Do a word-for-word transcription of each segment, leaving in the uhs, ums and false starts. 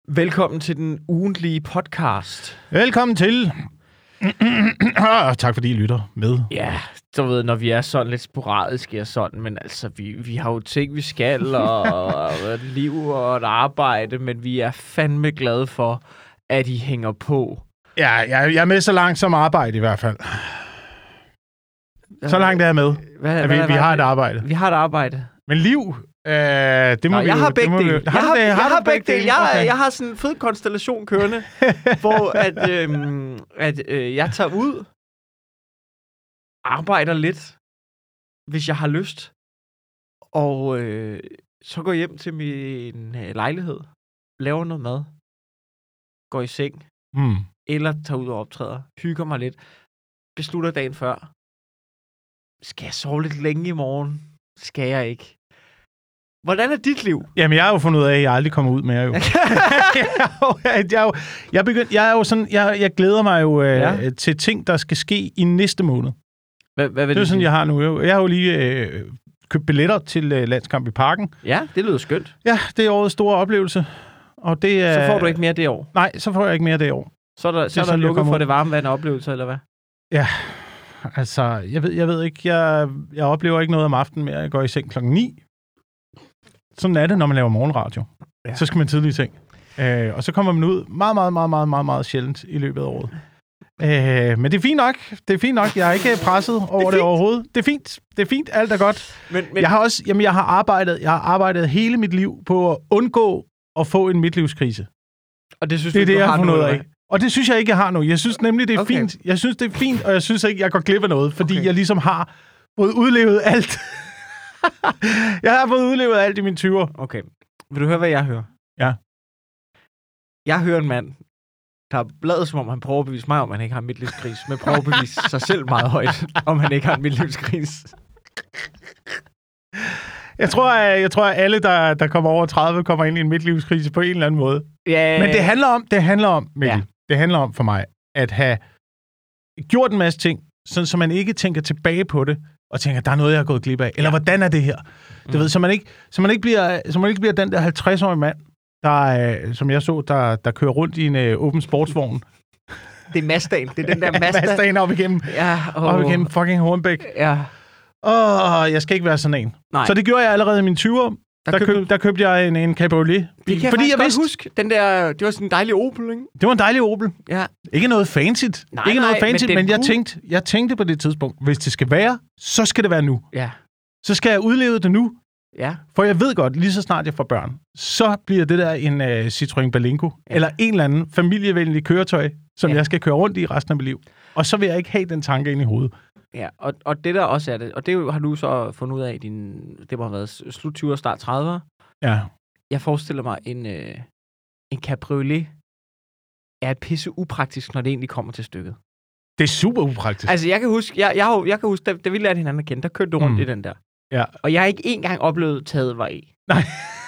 Velkommen til den ugentlige podcast. Velkommen til. Tak fordi I lytter med. Ja, du ved, når vi er sådan lidt sporadiske og sådan, men altså, vi, vi har jo ting, vi skal, og, og et liv og et arbejde, men vi er fandme glade for, at I hænger på. Ja, jeg, jeg er med så langt som arbejde i hvert fald. Så langt er jeg med, hvad, at hvad, vi, hvad, vi har et arbejde. Vi har et arbejde. Men liv, øh, det må Nå, vi jeg jo... har begge dele. Jeg har, det, jeg har, har begge dele. Jeg, okay. jeg har sådan en fed konstellation kørende, hvor at, øhm, at øh, jeg tager ud, arbejder lidt, hvis jeg har lyst, og øh, så går hjem til min øh, lejlighed, laver noget mad, går i seng, hmm. eller tager ud og optræder, hygger mig lidt, beslutter dagen før, skal jeg sove lidt længe i morgen? Skal jeg ikke? Hvordan er dit liv? Jamen, jeg har jo fundet ud af, at jeg aldrig kommer ud mere, jo. jeg, jeg, jeg, jeg, begynd, jeg er jo sådan... Jeg, jeg glæder mig jo øh, ja. til ting, der skal ske i næste måned. Hvad, hvad vil det er det sådan, sige? jeg har nu. Jeg, jeg har jo lige øh, købt billetter til øh, Landskamp i Parken. Ja, det lyder skønt. Ja, det er årets store oplevelse. Og det er... Så får du ikke mere det år? Nej, så får jeg ikke mere det år. Så er der, så er der sådan, lukket for det varme vand og oplevelser, eller hvad? Ja, altså, jeg ved, jeg ved ikke, jeg, jeg oplever ikke noget om aftenen mere. Jeg går i seng klokken ni. Sådan er det, når man laver morgenradio. Ja. Så skal man tidligt i seng. Øh, og så kommer man ud meget, meget, meget, meget, meget, meget sjældent i løbet af året. Øh, men det er fint nok. Det er fint nok. Jeg er ikke presset over det, det overhovedet. Det er fint. Det er fint. Alt er godt. Men, men... Jeg har også, jamen, jeg har arbejdet, jeg har arbejdet hele mit liv på at undgå at få en midtlivskrise. Og det synes det er du, det, du jeg har fundet ud af. noget af. Og det synes jeg ikke, jeg har nu. Jeg synes nemlig, det er okay. fint. Jeg synes, det er fint, og jeg synes ikke, jeg går glip af noget, fordi okay. jeg ligesom har fået udlevet alt. Jeg har fået udlevet alt i mine tyvere. Okay. Vil du høre, hvad jeg hører? Ja. Jeg hører en mand, der har bladet, som om han prøver at bevise mig, om han ikke har en midtlivskrise, men prøver at bevise sig selv meget højt, om han ikke har en midtlivskrise. Jeg tror, at, jeg tror, at alle, der, der kommer over tredive, kommer ind i en midtlivskrise på en eller anden måde. Ja. Men det handler om, det handler om, Mikkel, ja. det handler om for mig, at have gjort en masse ting, sådan, så man ikke tænker tilbage på det, og tænker, der er noget, jeg har gået glip af. Eller, ja. hvordan er det her? Du mm. ved, så man, ikke, så, man ikke bliver, så man ikke bliver den der halvtreds-årige mand, der, som jeg så, der, der kører rundt i en uh, åben sportsvogn. Det er Mazdaen. Det er den der Mazda. Mazdaen op igennem, ja, oh. op igennem fucking Hornbæk. Ja. Åh, oh, jeg skal ikke være sådan en. Nej. Så det gjorde jeg allerede i mine tyvere. Der, der, køb, køb, der købte jeg en, en cabriolet. Det kan fordi jeg, jeg vidste, huske. Den der, det var sådan en dejlig Opel, ikke? Det var en dejlig Opel. Ja. Ikke noget fancy. Nej, ikke nej, noget fancy, men, men jeg, kunne... tænkte, jeg tænkte på det tidspunkt, hvis det skal være, så skal det være nu. Ja. Så skal jeg udleve det nu. Ja. For jeg ved godt, lige så snart jeg får børn, så bliver det der en uh, Citroën Berlingo, ja. eller en eller anden familievenlig køretøj, som ja. jeg skal køre rundt i resten af mit liv. Og så vil jeg ikke have den tanke ind i hovedet. Ja, og, og det der også er det, og det har du så fundet ud af i din, det må have været slut tyverne, start trediverne. Ja. Jeg forestiller mig, en, øh, en cabriolet er et pisse upraktisk, når det egentlig kommer til stykket. Det er super upraktisk. Altså, jeg kan huske, jeg, jeg, jeg kan huske da, da vi lærte hinanden at kende, der kørte du rundt mm. i den der. Ja. Og jeg har ikke engang oplevet taget var i. Nej.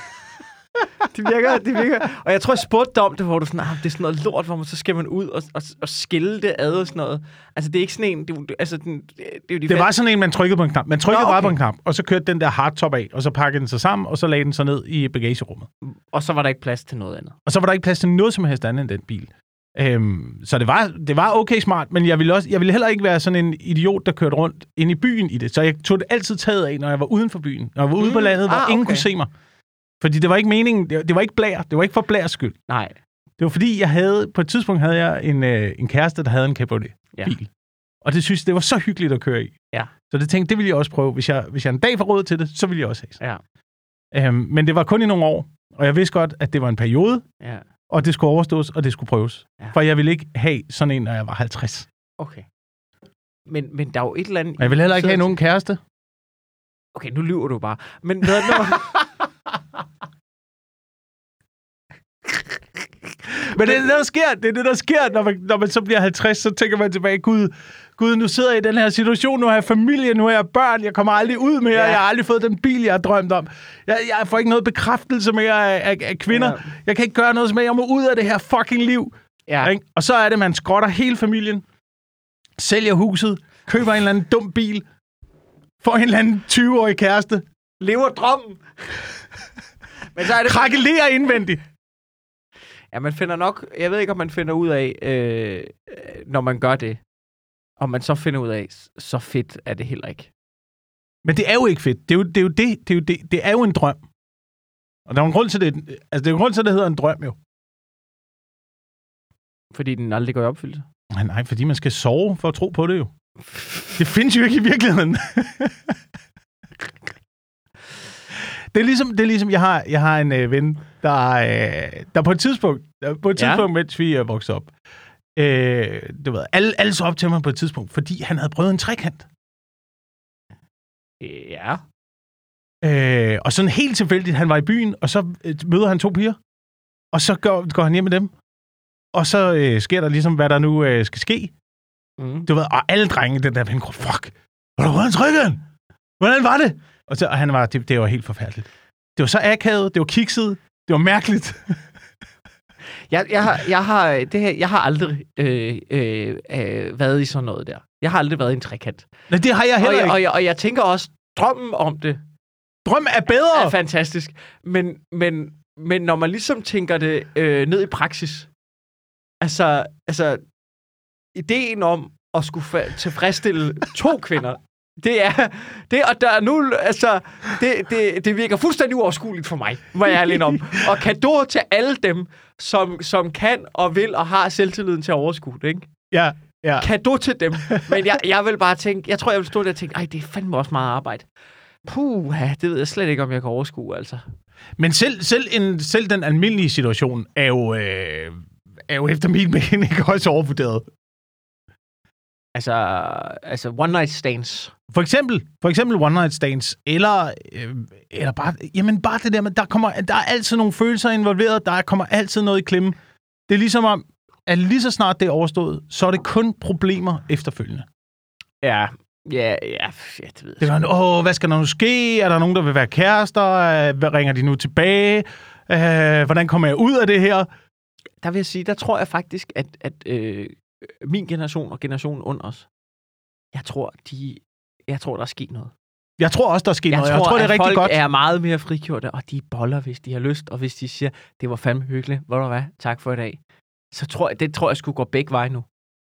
det virker, det virker. Og jeg tror, jeg spurgte om det, hvor du sådan, ah, det er sådan noget lort, hvor man så skal man ud og, og, og skille det ad og sådan noget. Altså, det er ikke sådan en... Det, altså, den, det, er jo de det var sådan en, man trykkede på en knap. Man trykkede Nå, okay. bare på en knap, og så kørte den der hardtop af, og så pakkede den sig sammen, og så lagde den sig ned i bagagerummet. Og så var der ikke plads til noget andet. Og så var der ikke plads til noget som helst andet end den bil. Øhm, så det var, det var okay smart, men jeg ville, også, jeg ville heller ikke være sådan en idiot, der kørte rundt ind i byen i det. Så jeg tog det altid taget af, når jeg var uden for byen. Når jeg var ude mm. på landet, hvor ah, ingen okay. kunne se mig. Fordi det var ikke meningen, det, det var ikke blær, det var ikke for blærs skyld. Nej. Det var fordi, jeg havde, på et tidspunkt havde jeg en, øh, en kæreste, der havde en cabriolet bil. Ja. Og det synes det var så hyggeligt at køre i. Ja. Så det tænkte, det ville jeg også prøve. Hvis jeg, hvis jeg en dag får råd til det, så ville jeg også have. Ja. Øhm, men det var kun i nogle år, og jeg vidste godt, at det var en periode. Ja. Og det skulle overstås, og det skulle prøves. Ja. For jeg ville ikke have sådan en, når jeg var halvtreds. Okay. Men, men der er jo et eller andet... Og jeg vil heller ikke have nogen kæreste. Okay, nu lyver du bare. Men hvad nu? Men det er det, der sker. Det er det, der sker, når man, når man så bliver halvtreds, så tænker man tilbage, Gud, Gud, nu sidder jeg i den her situation, nu har jeg familie, nu har jeg børn, jeg kommer aldrig ud mere, ja. Jeg har aldrig fået den bil, jeg har drømt om. Jeg, jeg får ikke noget bekræftelse mere af, af, af kvinder. Ja. Jeg kan ikke gøre noget mere, jeg må ud af det her fucking liv. Ja. Ikke? Og så er det, man skrotter hele familien, sælger huset, køber en eller anden dum bil, får en eller anden tyve-årig kæreste. Lever drømmen. Men så er det... Krakelerer indvendigt. Ja, man finder nok... Jeg ved ikke, om man finder ud af, øh, når man gør det. Om man så finder ud af, så fedt er det heller ikke. Men det er jo ikke fedt. Det er jo det. Er jo det, det, er jo det. Det er jo en drøm. Og der er jo en grund til det. Altså, det er jo en grund til, at det hedder en drøm, jo. Fordi den aldrig går i opfyldelse? Nej, nej, fordi man skal sove for at tro på det, jo. Det findes jo ikke i virkeligheden. Det er ligesom, det er ligesom jeg har, jeg har en øh, ven, der, øh, der på et tidspunkt, der på et tidspunkt, ja. mens vi er vokset op, øh, du ved, alle, alle så op til mig på et tidspunkt, fordi han havde prøvet en trekant. Ja. Øh, og sådan helt tilfældigt, han var i byen, og så øh, møder han to piger, og så går, går han hjem med dem, og så øh, sker der ligesom, hvad der nu øh, skal ske. Mm. Du ved, og alle drenge, den der ven, fuck, var der prøvet en trekant? Hvordan var det? Og, så, og han var, det, det var helt forfærdeligt. Det var så akavet, det var kikset, det var mærkeligt. jeg, jeg, har, jeg, har, det her, jeg har aldrig øh, øh, øh, været i sådan noget der. Jeg har aldrig været i en trekant. Nej, det har jeg heller og jeg, ikke. Og jeg, og jeg tænker også, drømmen om det... Drøm er bedre! Er fantastisk. Men, men, men når man ligesom tænker det øh, ned i praksis, altså, altså ideen om at skulle fa- tilfredsstille to kvinder, det er, det, og der er nu, altså, det, det, det virker fuldstændig uoverskueligt for mig, må jeg alene om. Og cadeau til alle dem, som, som kan og vil og har selvtilliden til at overskue det, ikke? Ja, ja. Cadeau til dem. Men jeg, jeg vil bare tænke, jeg tror, jeg vil stå der og tænke, ej, det er fandme også meget arbejde. Puh, det ved jeg slet ikke, om jeg kan overskue, altså. Men selv, selv, en, selv den almindelige situation er jo, øh, er jo efter min mening også overvurderet. Altså, altså one night stands. For eksempel, for eksempel one night stands, eller, øh, eller bare, jamen bare det der med, der kommer, der er altid nogle følelser involveret, der kommer altid noget i klemme. Det er ligesom om, at lige så snart det er overstået, så er det kun problemer efterfølgende. Ja, ja, ja, ja det ved jeg. Det er, åh, hvad skal der nu ske? Er der nogen, der vil være kærester? Hvad ringer de nu tilbage? Øh, hvordan kommer jeg ud af det her? Der vil jeg sige, der tror jeg faktisk, at, at øh, min generation og generationen under os, jeg tror, de, jeg tror, der er sket noget. Jeg tror også, der er sket jeg noget. Tror, jeg tror, det er at rigtig folk godt. er meget mere frigjorte, og de boller, hvis de har lyst, og hvis de siger, det var fandme hyggeligt, ved du hvad, tak for i dag. Så tror jeg, det tror jeg skulle gå begge veje nu.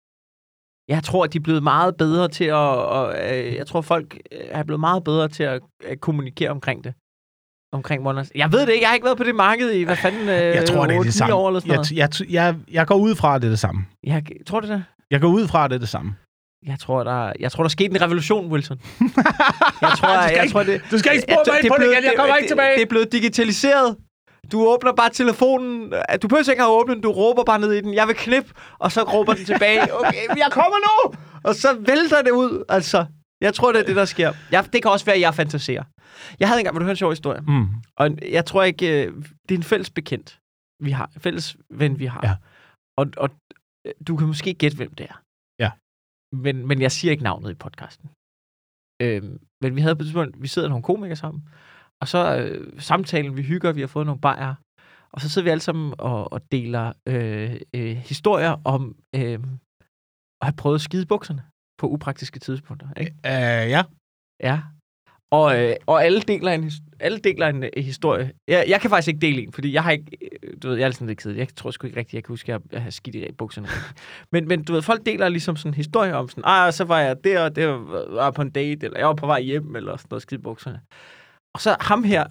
Jeg tror, de er blevet meget bedre til at, og, øh, jeg tror, folk er blevet meget bedre til at, at kommunikere omkring det. Omkring måneder. Jeg ved det ikke, jeg har ikke været på det marked i, hvad fanden, øh, jeg tror, det er det samme. år eller sådan noget. Jeg, jeg, jeg, jeg går ud fra, at det er det samme. Jeg, tror du det? Jeg går ud fra, at det er det samme. Jeg tror, der, jeg tror, der skete en revolution, Wilson. Jeg tror, du, skal jeg ikke, tror, det, du skal ikke spore mig ind på det igen, jeg kommer det, ikke tilbage. Det, det er blevet digitaliseret. Du åbner bare telefonen. Du behøver ikke at åbne den, du råber bare ned i den. Jeg vil knip, og så råber den tilbage. Okay, jeg kommer nu! Og så vælter det ud, altså. Jeg tror, det er det, der sker. Jeg, det kan også være, at jeg fantaserer. Jeg havde engang, vil du høre en sjov historie? Mm. Og jeg tror ikke, det er en fælles bekendt, vi har. En fælles ven, vi har. Ja. Og, og du kan måske gætte, hvem det er. Ja. Men, men jeg siger ikke navnet i podcasten. Øhm, men vi havde på et tidspunkt, vi sidder nogle komikere sammen, og så øh, samtalen, vi hygger, vi har fået nogle bajer, og så sidder vi alle sammen og, og deler øh, øh, historier om øh, at have prøvet at skide bukserne på upraktiske tidspunkter. Ikke? Uh, ja. Ja. Og, øh, og alle deler en, alle deler en uh, historie. Jeg, jeg kan faktisk ikke dele en, fordi jeg har ikke, du ved, jeg er sådan lidt kedelig. Jeg tror sgu ikke rigtigt, jeg kan huske, at jeg har skidt i bukserne. men, men du ved, folk deler ligesom sådan en historie om sådan, ah, så var jeg der, og der var på en date, eller jeg var på vej hjem, eller sådan noget, skide i bukserne. Og så ham her,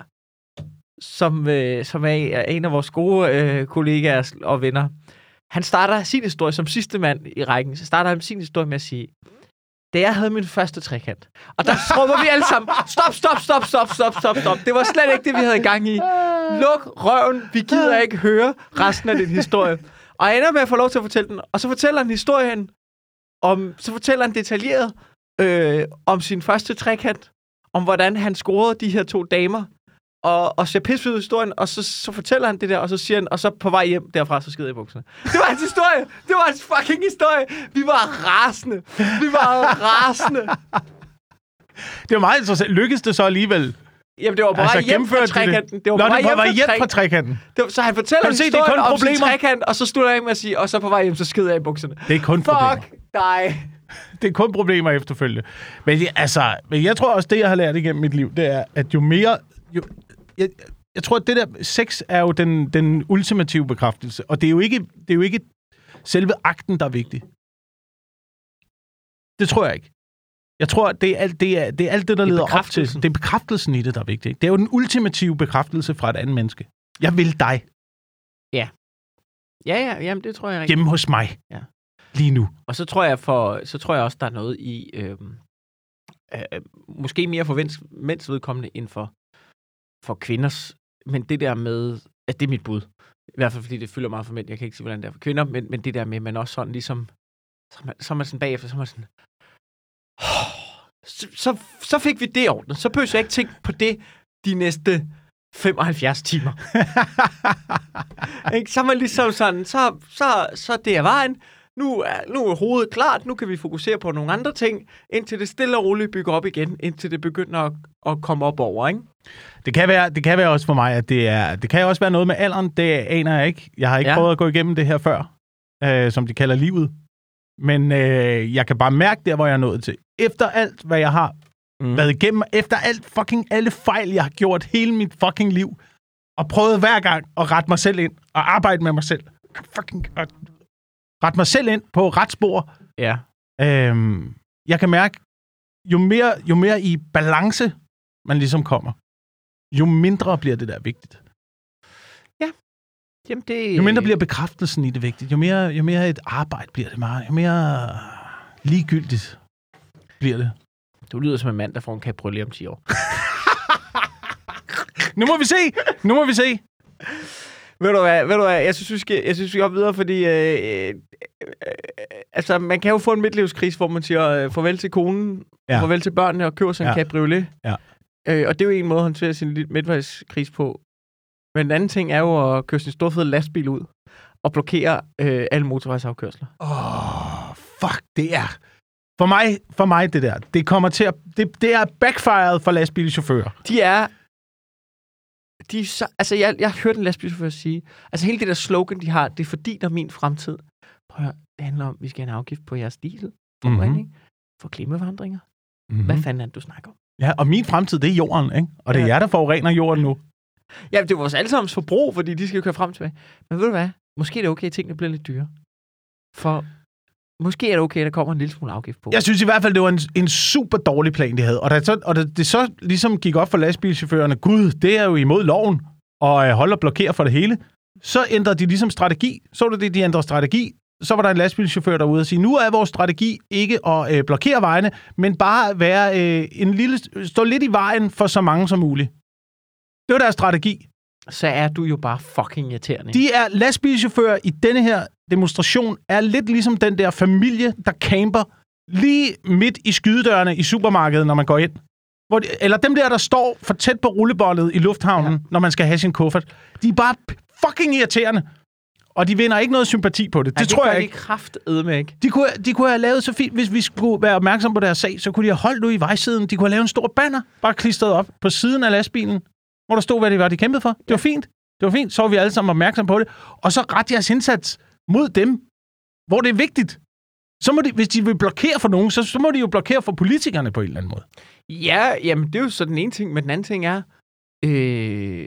som, øh, som er en af vores gode øh, kollegaer og venner, han starter sin historie som sidste mand i rækken, så starter han sin historie med at sige, da jeg havde min første trekant. Og der råber vi alle sammen, stop, stop, stop, stop, stop, stop, stop. Det var slet ikke det, vi havde gang i. Luk røven, vi gider ikke høre resten af din historie. Og jeg ender med at få lov til at fortælle den. Og så fortæller han historien, om, så fortæller han detaljeret øh, om sin første trekant, om hvordan han scorede de her to damer, og, og ser pisse ud i historien, og så, så fortæller han det der, og så siger han, og så på vej hjem derfra, så skider jeg i bukserne. Det var hans historie! Det var hans fucking historie! Vi var rasende! Vi var rasende! Det var meget interessant. Lykkedes det så alligevel? Jamen, det var på vej altså, hjem fra trekanten. Det var Nå, på vej hjem, hjem, hjem fra, fra trekanten. Det var, så han fortæller en se, historie om problemer. sin trekant, og så slutter jeg med at sige, og så på vej hjem, så skider jeg i bukserne. Det er kun Fuck problemer. Fuck dig! Det er kun problemer efterfølgende. Men, altså, men jeg tror også, det jeg har lært igennem mit liv, det er, at jo mere... Jo, jeg, jeg tror, at det der sex er jo den, den ultimative bekræftelse, og det er jo ikke, det er jo ikke selve akten, der er vigtig. Det tror jeg ikke. Jeg tror, at det er alt det, er, det, er alt det der det leder op til. Det er bekræftelsen i det, der er vigtigt. Det er jo den ultimative bekræftelse fra et andet menneske. Jeg vil dig. Ja. Ja, ja, jamen det tror jeg rigtig. Hjemme hos mig. Ja. Lige nu. Og så tror jeg for, så tror jeg også, der er noget i, øh, øh, måske mere for mænds, mænds vedkommende end for, for kvinders, men det der med, at det er mit bud. I hvert fald, fordi det fylder meget for mænd. Jeg kan ikke sige, hvordan det er for kvinder, men, men det der med, man også sådan ligesom, så er man, så er man sådan bagefter, så er man sådan, så, så, så fik vi det ordnet. Så behøver jeg ikke tænke på det de næste femoghalvfjerds timer. Så er man ligesom sådan, så, så, så det er vejen. Nu er, nu er hovedet klart. Nu kan vi fokusere på nogle andre ting, indtil det stille og roligt bygger op igen, indtil det begynder at, at komme op over, ikke? Det kan være, det kan være også for mig, at det er, det kan også være noget med alderen. Det aner jeg ikke. Jeg har ikke ja. prøvet at gå igennem det her før, øh, som de kalder livet. Men øh, jeg kan bare mærke der, hvor jeg er nået til. Efter alt, hvad jeg har mm. været igennem, efter alt fucking alle fejl, jeg har gjort hele mit fucking liv, og prøvet hver gang at rette mig selv ind, og arbejde med mig selv. Fucking rette mig selv ind på ret spor. Ja. Øhm, jeg kan mærke, jo mere, jo mere i balance man ligesom kommer, jo mindre bliver det der vigtigt. Ja. Jamen det... Jo mindre bliver bekræftelsen i det vigtigt. Jo mere, jo mere et arbejde bliver det meget. Jo mere ligegyldigt bliver det. Du lyder som en mand, der får en cabriolet om ti år. Nu må vi se! Nu må vi se! Ved du hvad, ved du hvad? Jeg synes, vi skal, jeg synes, vi går videre, fordi øh, øh, øh, altså, man kan jo få en midtlivskrise, hvor man siger øh, farvel til konen, ja. farvel til børnene og køber sig en ja. cabriolet. Ja. Øh, og det er jo en måde at håndtere sin midtvejskrise på. Men en anden ting er jo at køre sin storfede lastbil ud og blokere øh, alle motorvejsafkørsler. Åh, oh, fuck, det er... For mig, for mig det der, det kommer til at... Det, det er backfired for lastbilchauffører. De er... De er så, altså, jeg, jeg har hørt en lastbilchauffør sige... Altså, hele det der slogan, de har, det er fordi, der er min fremtid. Prøv at høre, det handler om, at vi skal have en afgift på jeres diesel, forbrænding, mm-hmm. for klimaforandringer. Mm-hmm. Hvad fanden er det, du snakker om? Ja, og min fremtid, det er jorden, ikke? Og det er ja. jer, der forurener jorden nu. Ja, det er vores allesammens forbrug, fordi de skal jo køre frem til. Men ved du hvad? Måske er det okay, at tingene bliver lidt dyre. For måske er det okay, at der kommer en lille smule afgift på. Jeg synes i hvert fald, det var en, en super dårlig plan, de havde. Og, da så, og da det så ligesom gik op for lastbilchaufførerne, gud, det er jo imod loven, og øh, holder og blokerer for det hele, så ændrede de ligesom strategi. Så var det, de ændrede strategi. Så var der en lastbilchauffør derude og sige, nu er vores strategi ikke at øh, blokere vejene, men bare være øh, en lille, stå lidt i vejen for så mange som muligt. Det var deres strategi. Så er du jo bare fucking irriterende. De er lastbilchauffører i denne her demonstration, er lidt ligesom den der familie, der camper lige midt i skydedørene i supermarkedet, når man går ind. Hvor de, eller dem der, der står for tæt på rullebåndet i lufthavnen, ja. når man skal have sin kuffert. De er bare fucking irriterende. Og de vinder ikke noget sympati på det. Det, ja, det tror jeg ikke. Det kraftedme ikke. De kunne, de kunne have lavet så fint, hvis vi skulle være opmærksom på deres sag, så kunne de have holdt ud i vejsiden. De kunne have lavet en stor banner, bare klistret op på siden af lastbilen, hvor der stod, hvad det var, de kæmpede for. Det var fint. Det var fint. Så var vi alle sammen opmærksom på det. Og så ret jeres indsats mod dem, hvor det er vigtigt. Så må de, hvis de vil blokere for nogen, så, så må de jo blokere for politikerne på en eller anden måde. Ja, jamen det er jo så den ene ting, men den anden ting er, øh,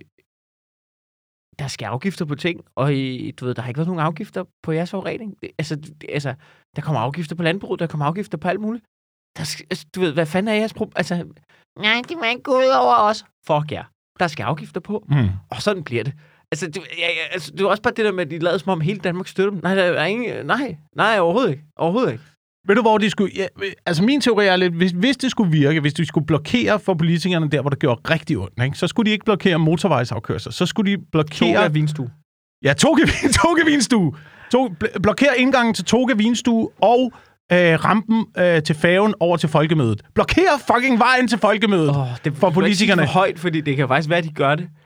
der skal afgifter på ting, og i, du ved, der har ikke været nogen afgifter på jeres forurening. Det, altså, det, altså, der kommer afgifter på landbruget, der kommer afgifter på alt muligt. Der skal, altså, du ved, hvad fanden er jeres problem? Altså, nej, det må ikke gå ud over os. Fuck ja. Yeah. Der skal afgifter på, mm. og sådan bliver det. Altså, det, ja, altså, det er også bare det der med, at de lavede som om hele Danmark støtter dem. Nej, der er ingen, nej, nej, overhovedet ikke. Overhovedet ikke. Ved du, hvor de skulle... Ja, altså, min teori er lidt, hvis, hvis det skulle virke, hvis de skulle blokere for politikerne der, hvor det gjorde rigtig ondt, ikke? Så skulle de ikke blokere motorvejsafkørsler. Så skulle de blokere... Toga Vinstue. Ja, Toga, Toga Vinstue. To, blokere indgangen til Toga Vinstue og øh, rampen øh, til færgen over til folkemødet. Blokere fucking vejen til folkemødet oh, det for politikerne. Det er for højt, fordi det kan faktisk være, at de gør det.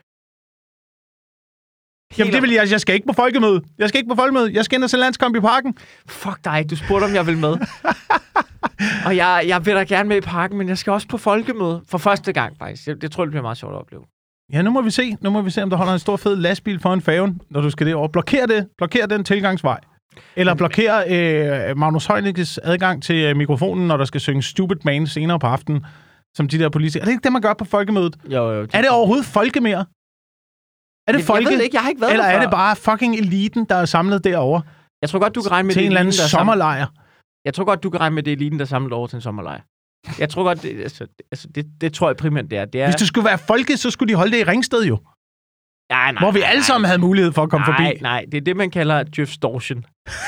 Jamen, det vil jeg. Jeg skal ikke på folkemøde. Jeg skal ikke på folkemøde. Jeg skal ind og se landskamp i parken. Fuck dig. Du spurgte, om jeg vil med. Og jeg, jeg vil da gerne med i parken, men jeg skal også på folkemøde. For første gang, faktisk. Jeg, jeg tror, det bliver meget sjovt at opleve. Ja, nu må vi se. Nu må vi se, om der holder en stor fed lastbil foran færgen, når du skal derover. Blokér det. Blokér den tilgangsvej. Eller blokér øh, Magnus Heunickes adgang til øh, mikrofonen, når der skal synge Stupid Man senere på aftenen, som de der politikere. Er det ikke det, man gør på folkemødet? Jo, jo. Er det overhovedet folke mere? Er det jeg, folket? Jeg ved det ikke, jeg har ikke været Eller der er før. det bare fucking eliten, der er samlet derovre? Jeg tror godt, du kan regne med, til det en eller anden eliten, der er sommerlejr. Samlet. Jeg tror godt, du kan regne med, det eliten, der er samlet over til en sommerlejr. Jeg tror godt, det, altså, altså, det, det tror jeg primært, det er. det er. Hvis det skulle være folket, så skulle de holde det i Ringsted jo. Ja, nej, hvor vi nej, alle sammen nej. havde mulighed for at komme nej, forbi. Nej, nej, det er det, man kalder djøfstortion.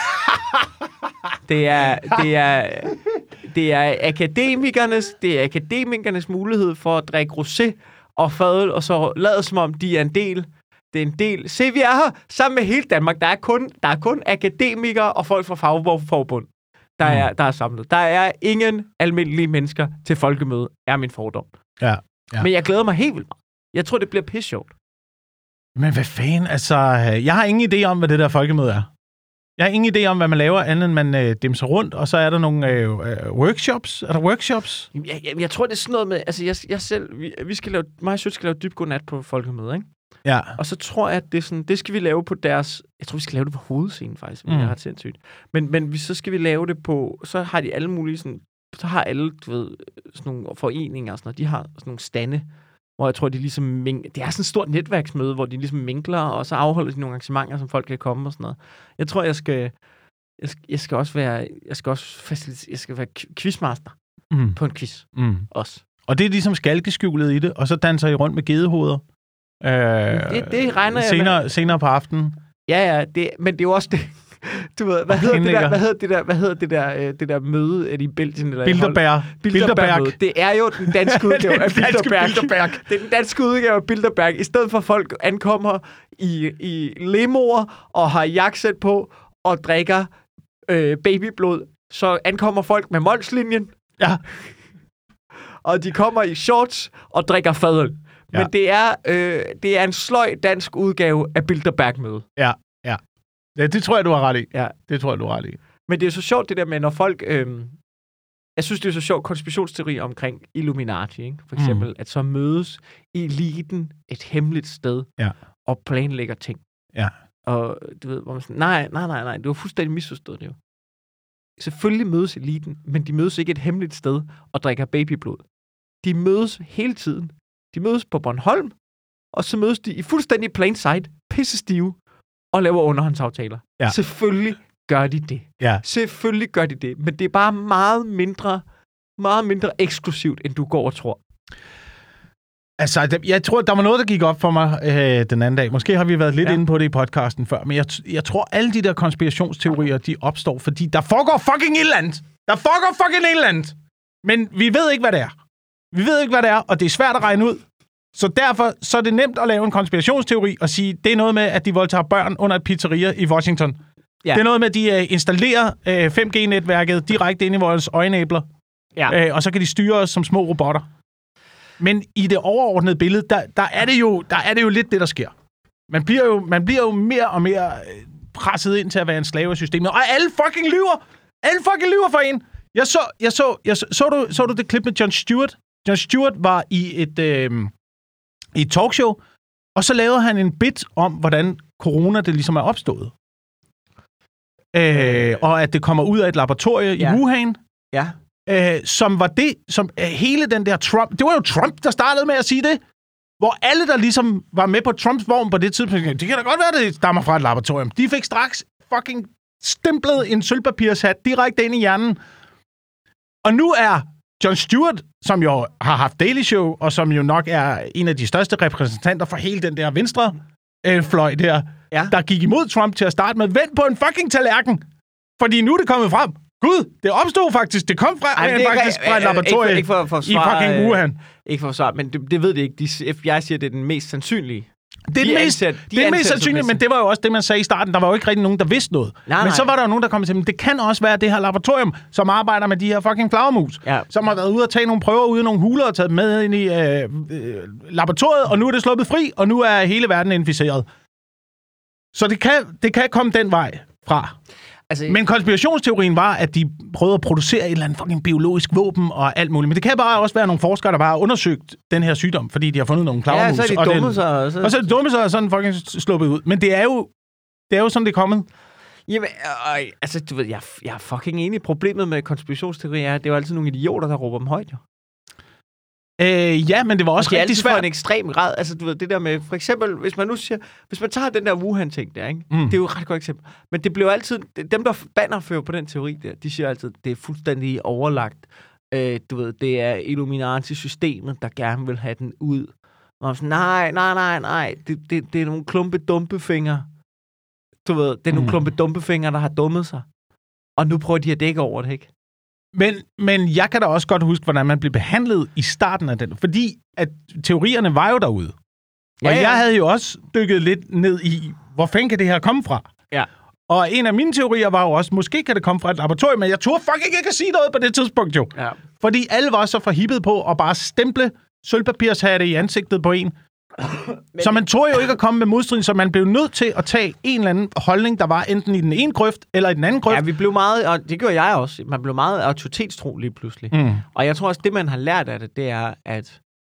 det er, det er, det er akademikernes, det er akademikernes mulighed for at drikke rosé og fadøl, og så lade som om, de er en del. Det er en del. Se, vi er her sammen med hele Danmark. Der er kun, der er kun akademikere og folk fra fagforbund, der er, mm. der er samlet. Der er ingen almindelige mennesker til folkemøde, er min fordom. Ja, ja. Men jeg glæder mig helt vildt meget. Jeg tror, det bliver pisse sjovt. Men hvad fanden? Altså, jeg har ingen idé om, hvad det der folkemøde er. Jeg har ingen idé om, hvad man laver, andet end man øh, dimser rundt, og så er der nogle øh, øh, workshops. Er der workshops? Jeg, jeg, jeg tror, det er sådan noget med... Altså, jeg, jeg selv... Vi, vi skal lave... Mig og Sødt skal lave dybgodnat på folkemøde, ikke? Ja. Og så tror jeg, at det, er sådan, det skal vi lave på deres... Jeg tror, vi skal lave det på hovedscenen, faktisk. Mm. Jeg har sindssygt. Men, men vi, så skal vi lave det på... Så har de alle mulige sådan... Så har alle, du ved, sådan nogle foreninger og sådan noget. De har sådan nogle stande, hvor jeg tror, de ligesom... Ming- det er sådan et stort netværksmøde, hvor de ligesom minkler, og så afholder de nogle arrangementer, som folk kan komme og sådan noget. Jeg tror, jeg skal... Jeg skal, jeg skal også være... Jeg skal også facilitere... Jeg skal være quizmaster mm. på en quiz. Mm. Også. Og det er ligesom skalkeskjulet i det, og så danser I rundt med gedehoveder. Øh, det, det regner jeg senere, med. senere på aftenen. Ja, ja, det, men det er jo også det. Du ved, hvad hedder det der, hvad hedder det der, hvad hedder det der, øh, det der møde af i Belgien eller Bilderberg. Bilderberg. Det er jo den danske udgave af Bilderberg. Bilderberg. Det er den danske udgave af Bilderberg. I stedet for at folk ankommer i i limoer og har jakkesæt på og drikker øh, babyblod, så ankommer folk med Molslinjen. Ja. Og de kommer i shorts og drikker fadøl. Ja. Men det er, øh, det er en sløj dansk udgave af Bilderberg-møde. Ja, ja. Ja, det tror jeg, du har ret i. Ja. Det tror jeg, du har ret i. Men det er så sjovt, det der med, når folk... Øh, jeg synes, det er så sjovt konspirationsteori omkring Illuminati, ikke? For eksempel, mm. at så mødes eliten et hemmeligt sted ja. og planlægger ting. Ja. Og du ved, hvor man sådan, nej, nej, nej, nej, du har fuldstændig misforstået det jo. Selvfølgelig mødes eliten, men de mødes ikke et hemmeligt sted og drikker babyblod. De mødes hele tiden. De mødes på Bornholm, og så mødes de i fuldstændig plain sight, pissestive, og laver underhåndsaftaler. Ja. Selvfølgelig gør de det. Ja. Selvfølgelig gør de det. Men det er bare meget mindre, meget mindre eksklusivt, end du går og tror. Altså, jeg tror, der var noget, der gik op for mig øh, den anden dag. Måske har vi været lidt ja. inde på det i podcasten før, men jeg, jeg tror, alle de der konspirationsteorier, de opstår, fordi der foregår fucking et eller andet. Der foregår fucking et eller andet. Men vi ved ikke, hvad det er. Vi ved ikke, hvad det er, og det er svært at regne ud. Så derfor så er det nemt at lave en konspirationsteori og sige, det er noget med, at de voldtager børn under et pizzeria i Washington. Ja. Det er noget med, at de uh, installerer uh, fem G-netværket direkte ind i vores øjenæbler, ja. uh, og så kan de styre os som små robotter. Men i det overordnede billede, der, der, er det jo, der er det jo lidt det, der sker. Man bliver jo, man bliver jo mere og mere presset ind til at være en slave af systemet. Og alle fucking lyver! Alle fucking lyver for en! Jeg så, jeg så, jeg så, så, du, så du det klip med Jon Stewart? Jon Stewart var i et, øh, i et talkshow, og så lavede han en bit om, hvordan corona det ligesom er opstået. Øh, og at det kommer ud af et laboratorie ja. i Wuhan. Ja. Øh, som var det, som øh, hele den der Trump... Det var jo Trump, der startede med at sige det. Hvor alle, der ligesom var med på Trumps vogn på det tidspunkt, det kan da godt være, det stammer fra et laboratorium. De fik straks fucking stemplet en sølvpapirshat direkte ind i hjernen. Og nu er Jon Stewart, som jo har haft Daily Show, og som jo nok er en af de største repræsentanter for hele den der venstre øh, fløj der, ja. der gik imod Trump til at starte med. Vent på en fucking tallerken! Fordi nu er det kommet frem. Gud, det opstod faktisk. Det kom fra, Ej, det faktisk kan, fra et laboratorium ikke, ikke for, for svar, i fucking Wuhan. Ikke for svar, men det, det ved det ikke. De, F B I siger, det er den mest sandsynlige. Det er, de mest, ansat, de det er mest sandsynligt, men det var jo også det, man sagde i starten. Der var jo ikke rigtig nogen, der vidste noget. Nej, men nej. Så var der jo nogen, der kom til, men det kan også være det her laboratorium, som arbejder med de her fucking flagermus, ja. som har været ude og tage nogle prøver ude i nogle huler og taget med ind i øh, øh, laboratoriet, og nu er det sluppet fri, og nu er hele verden inficeret. Så det kan, det kan komme den vej fra. Altså, men konspirationsteorien var, at de prøvede at producere et eller andet fucking biologisk våben og alt muligt. Men det kan bare også være nogle forskere, der bare har undersøgt den her sygdom, fordi de har fundet nogle flagermus. Ja, så er de dumme sig. Og så, og så er de dumme sig og sådan fucking sluppet ud. Men det er jo, det er jo sådan, det er kommet. Jamen, øh, altså, du ved, jeg, jeg er fucking enig. Problemet med konspirationsteorier er, at det er jo altid nogle idioter, der råber dem højt, jo. Øh, ja, men det var også og det er rigtig svært. svært. For en ekstrem grad. Altså, du ved, det der med, for eksempel, hvis man nu siger, hvis man tager den der Wuhan-ting der, ikke? Mm. Det er jo et ret godt eksempel. Men det blev altid, dem der bannerfører på den teori der, de siger altid, det er fuldstændig overlagt. Øh, du ved, det er Illuminati-systemet, der gerne vil have den ud. Og sådan, nej, nej, nej, nej, det, det, det er nogle klumpe dumpefingre. Du ved, det er nogle mm. klumpe dumpefingre, der har dummet sig. Og nu prøver de at dække over det, ikke? Men, men jeg kan da også godt huske, hvordan man blev behandlet i starten af den. Fordi at teorierne var jo derude. Ja, og ja. jeg havde jo også dykket lidt ned i, hvor fanden kan det her komme fra? Ja. Og en af mine teorier var jo også, måske kan det komme fra et laboratorium, men jeg turde fucking ikke at sige noget på det tidspunkt jo. Ja. Fordi alle var så forhippet på at bare stemple sølvpapirshatte i ansigtet på en. Så man tror jo ikke at komme med modstrid, så man blev nødt til at tage en eller anden holdning, der var enten i den ene grøft eller i den anden grøft. Ja, vi blev meget, og det gjorde jeg også, man blev meget autoritetstro lige pludselig. Mm. Og jeg tror også, det man har lært af det, det er, at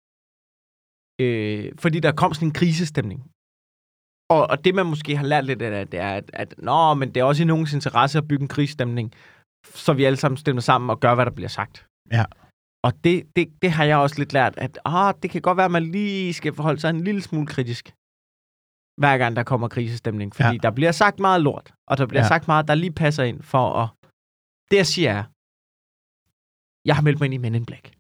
øh, fordi der kom sådan en krisestemning. Og, og det man måske har lært lidt af det, det er, at, at nå, men det er også i nogens interesse at bygge en krisestemning, så vi alle sammen stemmer sammen og gør, hvad der bliver sagt. Ja. Og det, det, det har jeg også lidt lært, at ah, det kan godt være, at man lige skal forholde sig en lille smule kritisk, hver gang der kommer krisestemning. Fordi ja. der bliver sagt meget lort, og der bliver ja. sagt meget, der lige passer ind for at... Det jeg siger er, jeg har meldt mig ind i Men in Black.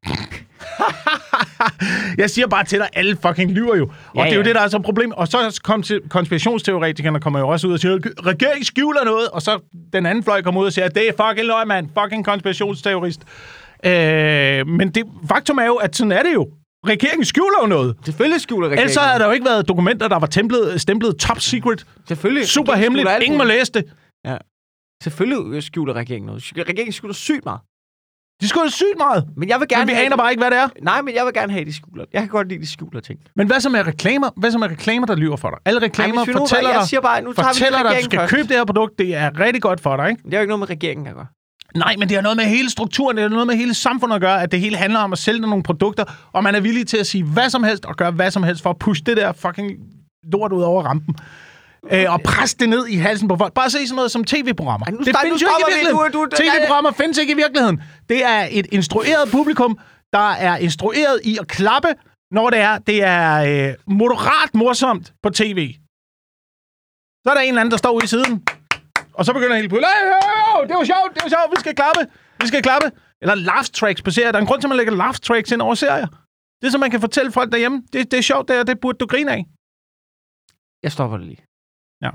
Jeg siger bare til dig, alle fucking lyver jo. Og ja, det er jo ja. det, der er så et problem. Og så kom til konspirationsteoretikerne kommer jo også ud og siger, regeringen skjuler noget, og så den anden fløj kommer ud og siger, det er fucking løg, mand. Fucking konspirationsteorist. Øh, men det faktum er jo, at sådan er det jo. Regeringen skjuler jo noget. Selvfølgelig skjuler regeringen. Ellers så havde der jo ikke været dokumenter, der var templet, stemplet top secret. Selvfølgelig. Super hemmeligt. Ingen må læse det. Ja. Selvfølgelig skjuler regeringen noget. Regeringen skjuler sygt meget. De skjuler sygt meget. Men jeg vil gerne men vi aner bare ikke, hvad det er. Nej, men jeg vil gerne have de skjuler. Jeg kan godt lide de skjuler ting. Men hvad så med reklamer? Hvad så med reklamer, der lyver for dig? Alle reklamer Ej, fortæller bare, jeg siger bare, nu dig, fortæller dig, at du skal først. købe det her produkt. Det er rigtig godt for dig, ikke? Det er jo ikke noget med regeringen, der gør. Nej, men det har noget med hele strukturen, det har noget med hele samfundet at gøre, at det hele handler om at sælge nogle produkter, og man er villig til at sige hvad som helst og gøre hvad som helst for at pushe det der fucking lort ud over rampen. Øh, og presse det ned i halsen på folk. Bare se sådan noget som tv-programmer. Ej, det start, findes jo ikke i virkeligheden. Du, du, du, tv-programmer findes ikke i virkeligheden. Det er et instrueret publikum, der er instrueret i at klappe, når det er, det er øh, moderat morsomt på tv. Så er der en eller anden, der står ude i siden, og så begynder hele pullet. Det var sjovt, det var sjovt, vi skal klappe, vi skal klappe. Eller laugh tracks på serier. Der er en grund til, at man lægger laugh tracks ind over serier. Det er så, man kan fortælle folk derhjemme. Det, det er sjovt, det, det burde du grine af. Jeg stopper det lige. Ja.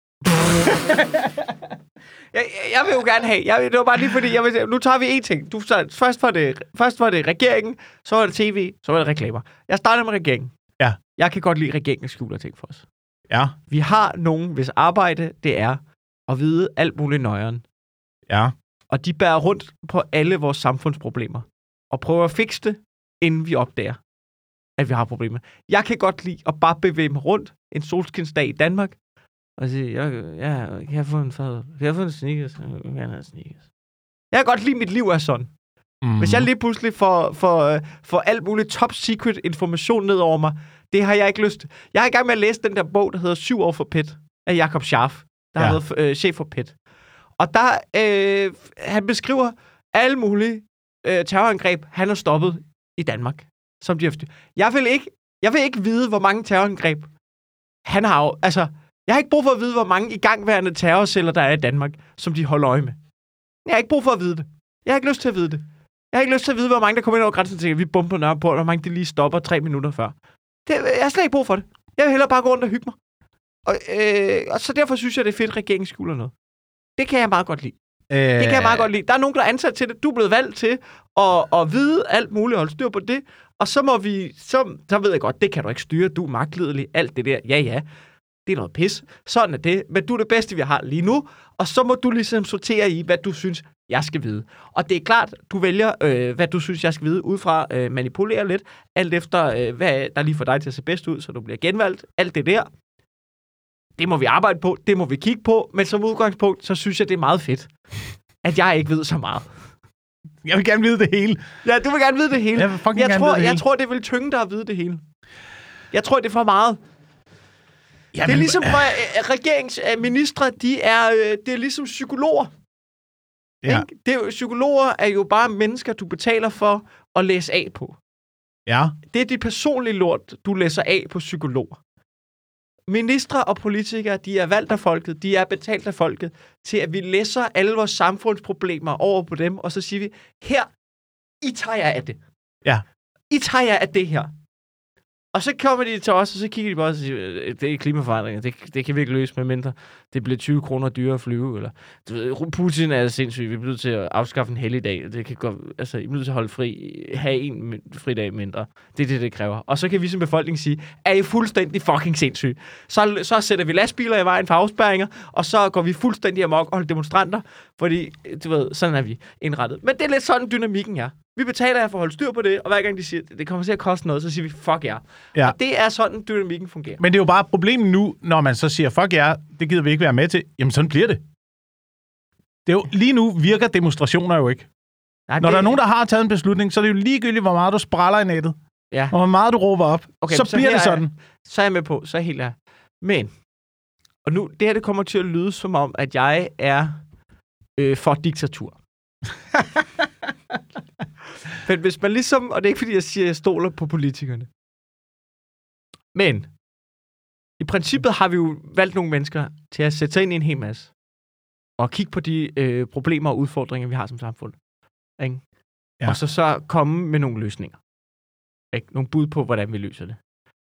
jeg, jeg vil jo gerne have. Jeg, det var bare lige fordi, jeg vil, nu tager vi én ting. Du, så, først, var det, først var det regeringen, så var det tv, så var det reklamer. Jeg starter med regeringen. Ja. Jeg kan godt lide, at regeringen skjuler ting for os. Ja. Vi har nogen, hvis arbejde det er at vide alt muligt nøjeren. Ja. Og de bærer rundt på alle vores samfundsproblemer. Og prøver at fikse det, inden vi opdager, at vi har problemer. Jeg kan godt lide at bare bevæge mig rundt en solskinsdag i Danmark, og sige, jeg, jeg, jeg har fået en fad. Jeg har fået en sneakers. Jeg vil gerne have sneakers. Jeg kan godt lide, at mit liv er sådan. Mm-hmm. Hvis jeg lige pludselig får, får, får alt muligt top secret information ned over mig, det har jeg ikke lyst til. Jeg er i gang med at læse den der bog, der hedder Syv år for Pet, af Jakob Scharf, der ja. har været øh, chef for Pet. Og der, øh, han beskriver alle mulige øh, terrorangreb, han har stoppet i Danmark. Som de har styr. Jeg vil ikke, jeg vil ikke vide, hvor mange terrorangreb han har jo, altså, jeg har ikke brug for at vide, hvor mange igangværende terrorceller, der er i Danmark, som de holder øje med. Jeg har ikke brug for at vide det. Jeg har ikke lyst til at vide det. Jeg har ikke lyst til at vide, hvor mange der kommer ind over grænsen til, at vi bomber Nørreport, og hvor mange de lige stopper tre minutter før. Det, jeg har slet ikke brug for det. Jeg vil hellere bare gå rundt og hygge mig. Og, øh, og så derfor synes jeg, det er fedt, at regeringen skjuler noget. Det kan jeg meget godt lide. Øh... Det kan jeg meget godt lide. Der er nogen, der er ansat til det. Du er blevet valgt til at, at vide alt muligt, og holde styr på det. Og så må vi, så, så ved jeg godt, det kan du ikke styre. Du er magtledelig. Alt det der. Ja, ja. Det er noget pis. Sådan er det. Men du er det bedste, vi har lige nu. Og så må du ligesom sortere i, hvad du synes, jeg skal vide. Og det er klart, du vælger, øh, hvad du synes, jeg skal vide, ud fra øh, manipulere lidt. Alt efter, øh, hvad der lige får dig til at se bedst ud, så du bliver genvalgt. Alt det der. Det må vi arbejde på. Det må vi kigge på. Men som udgangspunkt, så synes jeg, det er meget fedt, at jeg ikke ved så meget. Jeg vil gerne vide det hele. Ja, du vil gerne vide det hele. Jeg, vil jeg, tror, det jeg hele. tror, det vil tynge dig at vide det hele. Jeg tror, det er for meget. Jamen, det er ligesom, øh, regeringsministre, de er, øh, det er ligesom psykologer. Ja. Det er jo, psykologer er jo bare mennesker, du betaler for at læse af på. Ja. Det er dit personlige lort, du læser af på psykologer. Ministre og politikere, de er valgt af folket, de er betalt af folket, til at vi læser alle vores samfundsproblemer over på dem, og så siger vi, her, I tager jer af det. Ja. I tager jer af det her. Og så kommer de til os, og så kigger de på os og siger, det er klimaforandringer, det, det kan vi ikke løse med mindre. Det bliver tyve kroner dyrere at flyve, eller du ved, Putin er sindssyg, vi bliver nødt til at afskaffe en helligdag. Det kan gå, altså, I bliver nødt til at holde fri, have en fridag mindre. Det er det, det kræver. Og så kan vi som befolkning sige, er I fuldstændig fucking sindssyg? Så, så sætter vi lastbiler i vejen for afspærringer, og så går vi fuldstændig amok og holder demonstranter, fordi, du ved, sådan er vi indrettet. Men det er lidt sådan, dynamikken er. Vi betaler jer for at holde styr på det, og hver gang de siger, det kommer til at koste noget, så siger vi, fuck jer. Ja. Og det er sådan, dynamikken fungerer. Men det er jo bare problemet nu, når man så siger, fuck jer, det gider vi ikke være med til. Jamen, sådan bliver det. Det er jo, lige nu virker demonstrationer jo ikke. Nej, når det... der er nogen, der har taget en beslutning, så er det jo ligegyldigt, hvor meget du spræller i nettet. Ja. Og hvor meget du råber op. Okay, så, så bliver det sådan. Er, så er jeg med på, så er jeg helt her. Men, og nu, det her det kommer til at lyde som om, at jeg er øh, for diktatur. Men hvis man ligesom, og det er ikke fordi, jeg siger, at jeg stoler på politikerne. Men, i princippet har vi jo valgt nogle mennesker til at sætte sig ind i en hel masse. Og kigge på de øh, problemer og udfordringer, vi har som samfund. Ikke? Ja. Og så så komme med nogle løsninger. Ikke? Nogle bud på, hvordan vi løser det.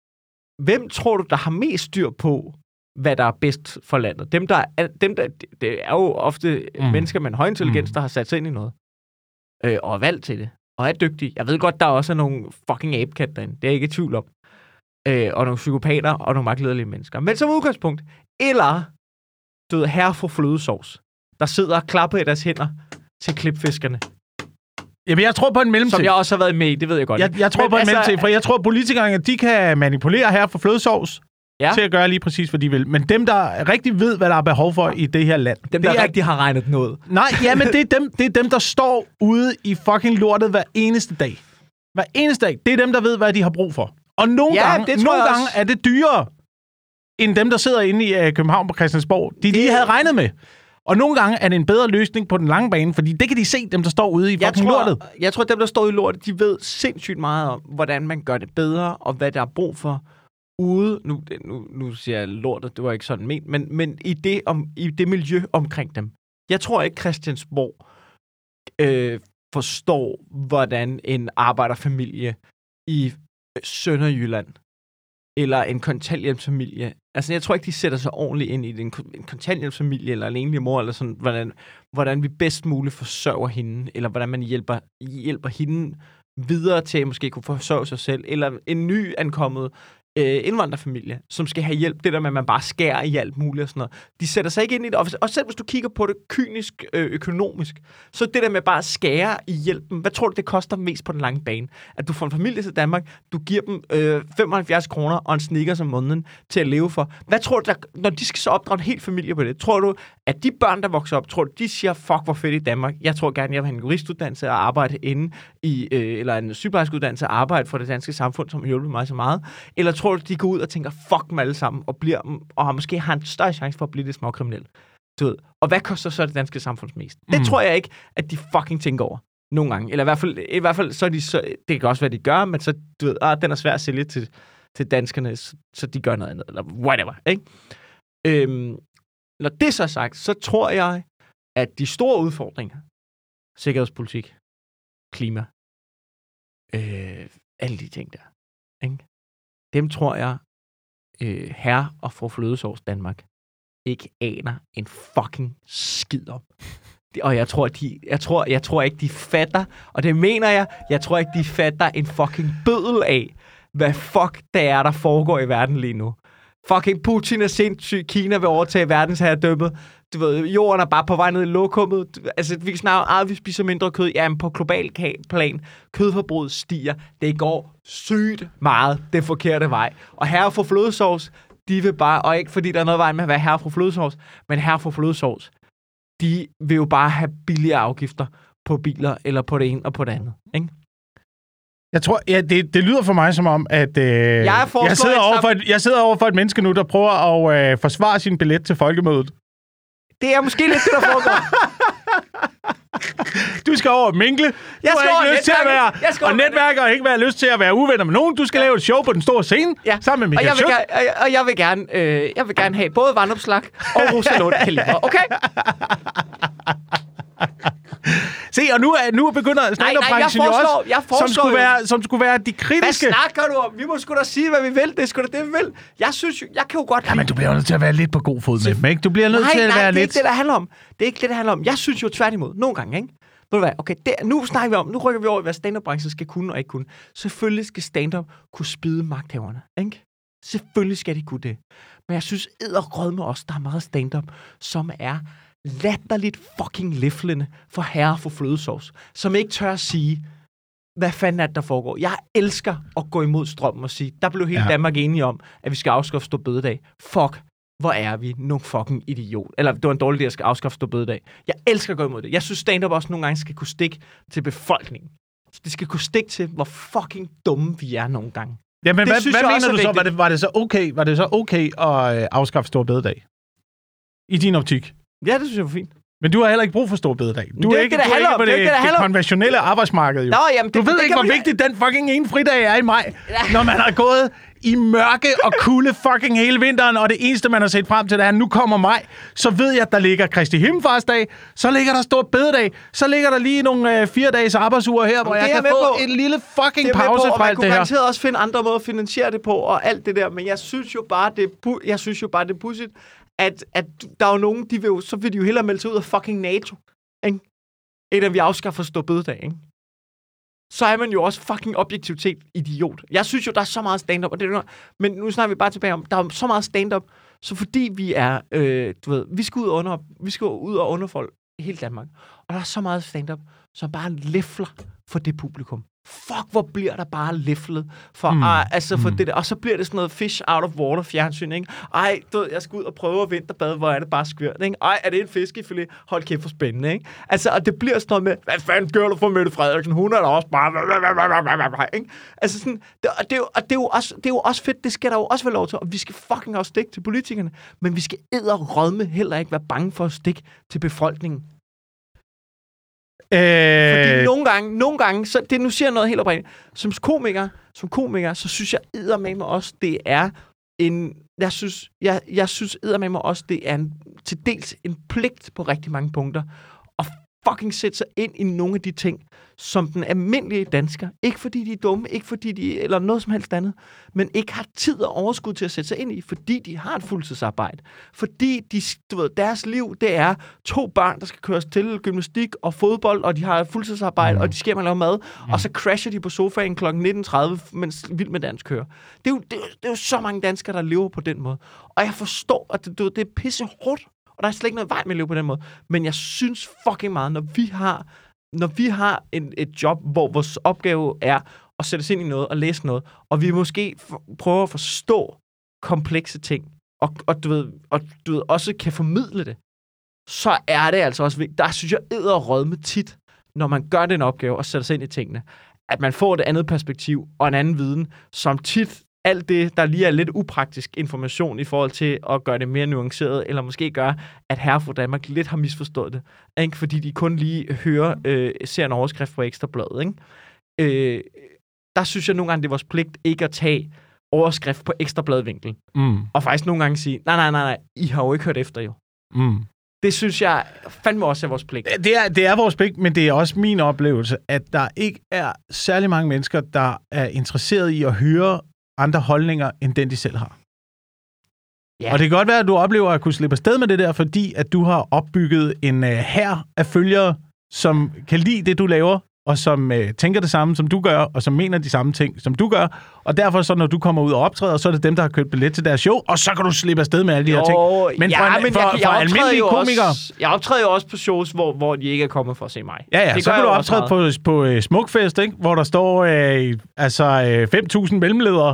Hvem tror du, der har mest styr på, hvad der er bedst for landet? Dem, der er, dem, der, det er jo ofte mm. mennesker med en høj intelligens, mm. der har sat sig ind i noget. Øh, og er valgt til det. Og er dygtige. Jeg ved godt, der er også nogle fucking abekat derinde. Det er jeg ikke i tvivl om. Øh, og nogle psykopater og nogle magtlederlige mennesker. Men som udgangspunkt, eller du ved, herre for flødesovs, der sidder og klapper i deres hænder til klipfiskerne. Jamen, jeg tror på en mellemtid. Som jeg også har været med i, det ved jeg godt. Jeg, jeg tror Men, på en altså, mellemtid, for jeg tror, at politikerne, de kan manipulere herre for flødesovs ja. til at gøre lige præcis, hvad de vil. Men dem, der rigtig ved, hvad der er behov for i det her land. Dem, der er, rigtig har regnet noget. Nej, ja, men det er, dem, det er dem, der står ude i fucking lortet hver eneste dag. Hver eneste dag. Det er dem, der ved, hvad de har brug for. Og nogle ja, gange, det nogle gange er det dyrere, end dem, der sidder inde i uh, København på Christiansborg. De, de det... havde regnet med. Og nogle gange er det en bedre løsning på den lange bane, fordi det kan de se, dem der står ude i fucking tror, lortet. Jeg tror, at dem, der står i lortet, de ved sindssygt meget om, hvordan man gør det bedre, og hvad der er brug for ude. Nu, nu, nu siger jeg lortet, det var ikke sådan ment, men, men i, det om, i det miljø omkring dem. Jeg tror ikke, Christiansborg øh, forstår, hvordan en arbejderfamilie i Sønderjylland eller en kontanthjælpsfamilie. Altså, jeg tror ikke, de sætter sig ordentligt ind i det. En, en kontanthjælpsfamilie eller en enlig mor, eller sådan, hvordan, hvordan vi bedst muligt forsørger hende, eller hvordan man hjælper, hjælper hende videre til at måske kunne forsørge sig selv, eller en ny ankommet øh, indvandrerfamilie, som skal have hjælp. Det der med, at man bare skærer i alt muligt og sådan noget. De sætter sig ikke ind i det. Og selv hvis du kigger på det kynisk øh, økonomisk, så det der med bare at skære i hjælpen, hvad tror du, det koster mest på den lange bane? At du får en familie til Danmark, du giver dem øh, femoghalvfjerds kroner og en Snickers om måneden til at leve for. Hvad tror du, der, når de skal så opdrage en hel familie på det? Tror du, at de børn, der vokser op, tror du, de siger, fuck, hvor fedt i Danmark. Jeg tror gerne, jeg vil have en juristuddannelse og arbejde inde i, øh, eller en sygeplejerskeuddannelse og arbejde for det danske samfund, som har hjulpet mig så meget. Eller tror du, de går ud og tænker, fuck dem alle sammen, og, bliver, og har måske har en større chance for at blive lidt småkriminel. Du ved. Og hvad koster så det danske samfunds mest? Mm. Det tror jeg ikke, at de fucking tænker over. Nogle gange. Eller i hvert fald, i hvert fald så er de så, det kan også være, de gør, men så, du ved, ah, den er svær at sælge til, til danskerne, så, så de gør noget andet, eller whatever, ikke? Øhm, når det så er sagt, så tror jeg, at de store udfordringer, sikkerhedspolitik, klima, øh, alle de ting der, ikke? Dem tror jeg, øh, herre og fru Flødesovs Danmark ikke aner en fucking skid om. Og jeg tror, de, jeg, tror, jeg tror ikke, de fatter, og det mener jeg, jeg tror ikke, de fatter en fucking bødel af, hvad fuck der er, der foregår i verden lige nu. Fucking Putin er sindssyg, Kina vil overtage verdensherredømmet. Du ved, jorden er bare på vej ned i lokummet. Altså, vi kan snakke om, at vi spiser mindre kød. Jamen, på global plan, kødforbruget stiger. Det går sygt meget den forkerte vej. Og herre for flødesovs, de vil bare, og ikke fordi der er noget vej med at være herre for flødesovs, men herre for flødesovs, de vil jo bare have billige afgifter på biler, eller på det ene og på det andet, ikke? Jeg tror, ja, det, det lyder for mig som om, at øh, jeg, jeg, sidder over for et, jeg sidder over for et menneske nu, der prøver at øh, forsvare sin billet til folkemødet. Det er måske lidt det, der foregår. Du skal over minkle. Du Jeg skal har over ikke lyst til at være... Jeg skal Og over netværker har ikke været lyst til at være uvenner med nogen. Du skal ja. lave et show på den store scene, ja. sammen med og Michael jeg vil, Schuck. gerne, og jeg vil gerne, øh, jeg vil gerne have både Vandopslag og Rosalund Kaliber, okay? Se, og nu, er, nu begynder stand-up-branchen jo også, jeg foreslår, som, skulle være, som skulle være de kritiske... Hvad snakker du om? Vi må sgu da sige, hvad vi vil. Det er sgu da det, vi vil. Jeg synes jo, jeg kan jo godt lide... Ja, men du bliver nødt til at være lidt på god fod med dem, ikke? Du bliver nødt nej, til at nej, være lidt... Nej, det er lidt... ikke det, der handler om. Det er ikke det, der handler om. Jeg synes jo tværtimod, nogle gange, ikke? Ved du hvad? Okay, det, nu snakker vi om, nu rykker vi over, hvad stand-up-branchen skal kunne og ikke kunne. Selvfølgelig skal stand-up kunne spide magthaverne, ikke? Selvfølgelig skal de kunne det. Men jeg synes edderrødme også, der er meget stand-up, som er latterligt fucking liflende for herre for flødesovs, som ikke tør at sige, hvad fanden er det, der foregår. Jeg elsker at gå imod strømmen og sige, der blev hele ja. Danmark enige om, at vi skal afskaffe store bededag. Fuck, hvor er vi nogle fucking idiot. Eller det var en dårlig idé, at skal afskaffe store bededag. Jeg elsker at gå imod det. Jeg synes, stand-up også nogle gange skal kunne stikke til befolkningen. Det skal kunne stikke til, hvor fucking dumme vi er nogle gange. Ja, men det hvad, hvad mener du så? Var det, var det så okay, var det så okay at øh, afskaffe store bededag? I din optik? Ja, det synes jeg var fint. Men du har heller ikke brug for store bededag. Du det er ikke ikke, det, du er ikke på det, det, det, det konventionelle arbejdsmarked, jo. Nå, jamen, det, du ved det ikke, hvor vigtigt den fucking ene fridag er i maj, ja. når man har gået i mørke og kulde fucking hele vinteren, og det eneste, man har set frem til, det er, nu kommer maj, så ved jeg, at der ligger Kristi Himmelfartsdag, så ligger der stor bededag, så ligger der lige nogle øh, fire dages arbejdsuger her, hvor jeg kan få på. en lille fucking pause på, fra alt det her. Man kunne også finde andre måder at finansiere det på, og alt det der, men jeg synes jo bare, det er, pu- jeg synes jo bare, det er pudsigt, at, at der er jo nogen, de vil jo, så vil de jo hellere melde sig ud af fucking NATO, ikke? End at vi afskaffer stor bededag, ikke? Så er man jo også fucking objektivitet idiot. Jeg synes jo, der er så meget stand-up, og det er, men nu snakker vi bare tilbage om, der er så meget stand-up, så fordi vi er, øh, du ved, vi skal ud og, under, vi skal ud og underfolde hele Danmark, og der er så meget stand-up, som bare lefler for det publikum. Fuck, hvor bliver der bare leflet for, mm. ej, altså for mm. det der. Og så bliver det sådan noget fish out of water fjernsyn, ikke? Ej, du ved, jeg skal ud og prøve at vinterbade, hvor er det bare skørt, ikke? Ej, er det en fiskefilet? Hold kæft for spændende, ikke? Altså, og det bliver sådan noget med, hvad fanden gør du for Mette Frederiksen? Hun er da også bare... Ikke? Altså sådan, det, og, det er jo, og det, er jo også, det er jo også fedt, det skal der jo også være lov til, og vi skal fucking også stikke til politikerne, men vi skal edderrødme heller ikke være bange for at stikke til befolkningen. Øh... Fordi nogle gange, nogle gange, så det nu siger jeg noget helt oprigtigt, som komiker, som komiker, så synes jeg eddermame også, det er en, jeg synes, jeg, jeg synes eddermame også, det er en, til dels en pligt på rigtig mange punkter, at fucking sætte sig ind i nogle af de ting, som den almindelige dansker, ikke fordi de er dumme, ikke fordi de, eller noget som helst andet, men ikke har tid og overskud til at sætte sig ind i, fordi de har et fuldtidsarbejde. Fordi de, du ved, deres liv, det er to børn, der skal køres til gymnastik og fodbold, og de har et fuldtidsarbejde, mm. og de skal hjem og lave mad, mm. og så crasher de på sofaen klokken nitten tredive, mens Vild med Dans kører. Det er, jo, det, er jo, det er jo så mange danskere, der lever på den måde. Og jeg forstår, at det, det er pisse hårdt, og der er slet ikke noget vej med at leve på den måde. Men jeg synes fucking meget, når vi har Når vi har en, et job, hvor vores opgave er at sætte os ind i noget og læse noget, og vi måske f- prøver at forstå komplekse ting, og, og, du ved, og du ved, også kan formidle det, så er det altså også vigtigt. Der synes jeg edderrødme tit, når man gør den opgave og sætter sig ind i tingene, at man får et andet perspektiv og en anden viden, som tit alt det, der lige er lidt upraktisk information i forhold til at gøre det mere nuanceret, eller måske gøre, at herre fra Danmark lidt har misforstået det. Ikke? Fordi de kun lige hører, øh, ser en overskrift på Ekstrabladet. Ikke? Øh, der synes jeg nogle gange, det er vores pligt ikke at tage overskrift på Ekstrabladvinkel. Mm. Og faktisk nogle gange sige, nej, nej, nej, nej, I har jo ikke hørt efter jo. Mm. Det synes jeg fandme også er vores pligt. Det er, det er vores pligt, men det er også min oplevelse, at der ikke er særlig mange mennesker, der er interesseret i at høre andre holdninger, end den de selv har. Ja. Og det kan godt være, at du oplever at kunne slippe afsted med det der, fordi at du har opbygget en uh, hær af følgere, som kan lide det, du laver, og som uh, tænker det samme, som du gør, og som mener de samme ting, som du gør. Og derfor, så når du kommer ud og optræder, så er det dem, der har købt billet til deres show, og så kan du slippe afsted med alle de jo, her ting. Men ja, for, men for, jeg, for, jeg for almindelige komikere... Også, jeg optræder jo også på shows, hvor, hvor de ikke er kommet for at se mig. Ja, ja, det så kan du optræde på, på uh, Smukfest, ikke? Hvor der står uh, altså uh, fem tusind mellemledere.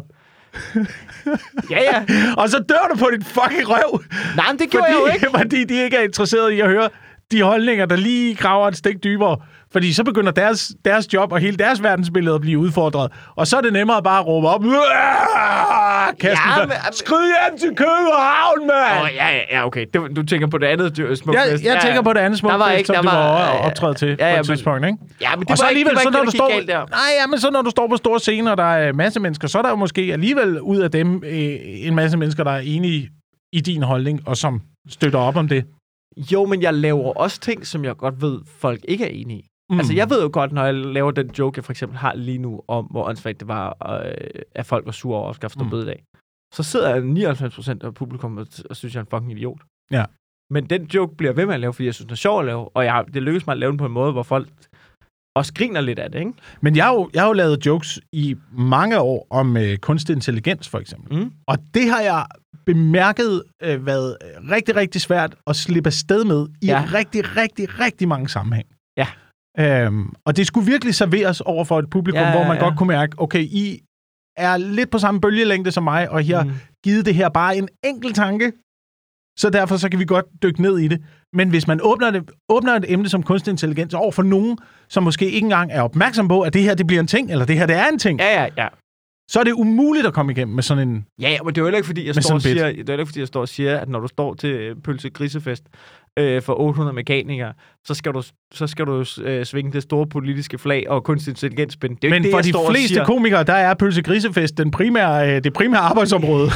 Ja, ja. Og så dør du på dit fucking røv. Nej, men det gjorde fordi, jeg jo ikke. Fordi de ikke er interesserede i at høre de holdninger, der lige graver et stik dybere. Fordi så begynder deres, deres job og hele deres verdensbillede at blive udfordret. Og så er det nemmere bare at råbe op. bare kaste Ja, ja, men- skrid hjem til København, mand! Åh, oh, ja, ja, ja, okay. Det, du tænker på det andet du, smukfest. Jeg, jeg ja, tænker på det andet Der var smukfest, ikke- som der du var- var ja, ja. optrædet til Ja, på ja, et men- tidspunkt, ikke? Ja, men det Og så var ikke, alligevel, det var så ikke når det, du der står, gik galt der. nej, ja, men så når du står på store scener, og der er en masse mennesker, så er der jo måske alligevel ud af dem øh, en masse mennesker, der er enige i din holdning, og som støtter op om det. Jo, men jeg laver også ting, som jeg godt ved, folk ikke er enige i. Mm. Altså, jeg ved jo godt, når jeg laver den joke, jeg for eksempel har lige nu, om hvor åndssvagt det var, øh, at folk var sure over at skaffe mm. bededag. Så sidder nioghalvfems procent af publikum og, og synes, jeg er en fucking idiot. Ja. Men den joke bliver ved med at lave, fordi jeg synes, det er sjovt at lave, og jeg har, det lykkes mig at lave den på en måde, hvor folk også griner lidt af det, ikke? Men jeg har jo, jeg har jo lavet jokes i mange år om øh, kunstig intelligens, for eksempel. Mm. Og det har jeg bemærket øh, været rigtig, rigtig svært at slippe afsted med i ja. rigtig, rigtig, rigtig mange sammenhæng. Ja. Øhm, og det skulle virkelig serveres over for et publikum, ja, ja, ja. hvor man godt kunne mærke, okay, I er lidt på samme bølgelængde som mig, og I har mm. givet det her bare en enkelt tanke, så derfor så kan vi godt dykke ned i det. Men hvis man åbner, det, åbner et emne som kunstig intelligens over for nogen, som måske ikke engang er opmærksom på, at det her det bliver en ting, eller det her det er en ting, ja, ja, ja. så er det umuligt at komme igennem med sådan en... Ja, ja, men det er jo ikke, fordi jeg, står og siger, det er ikke, fordi jeg står og siger, at når du står til Pølse Grisefest øh, for otte hundrede mekanikere, så skal du, så skal du øh, svinge det store politiske flag og kunstig intelligensspænd. Men det, for jeg de fleste komikere, der er Pølse Grisefest den primære, øh, det primære arbejdsområde.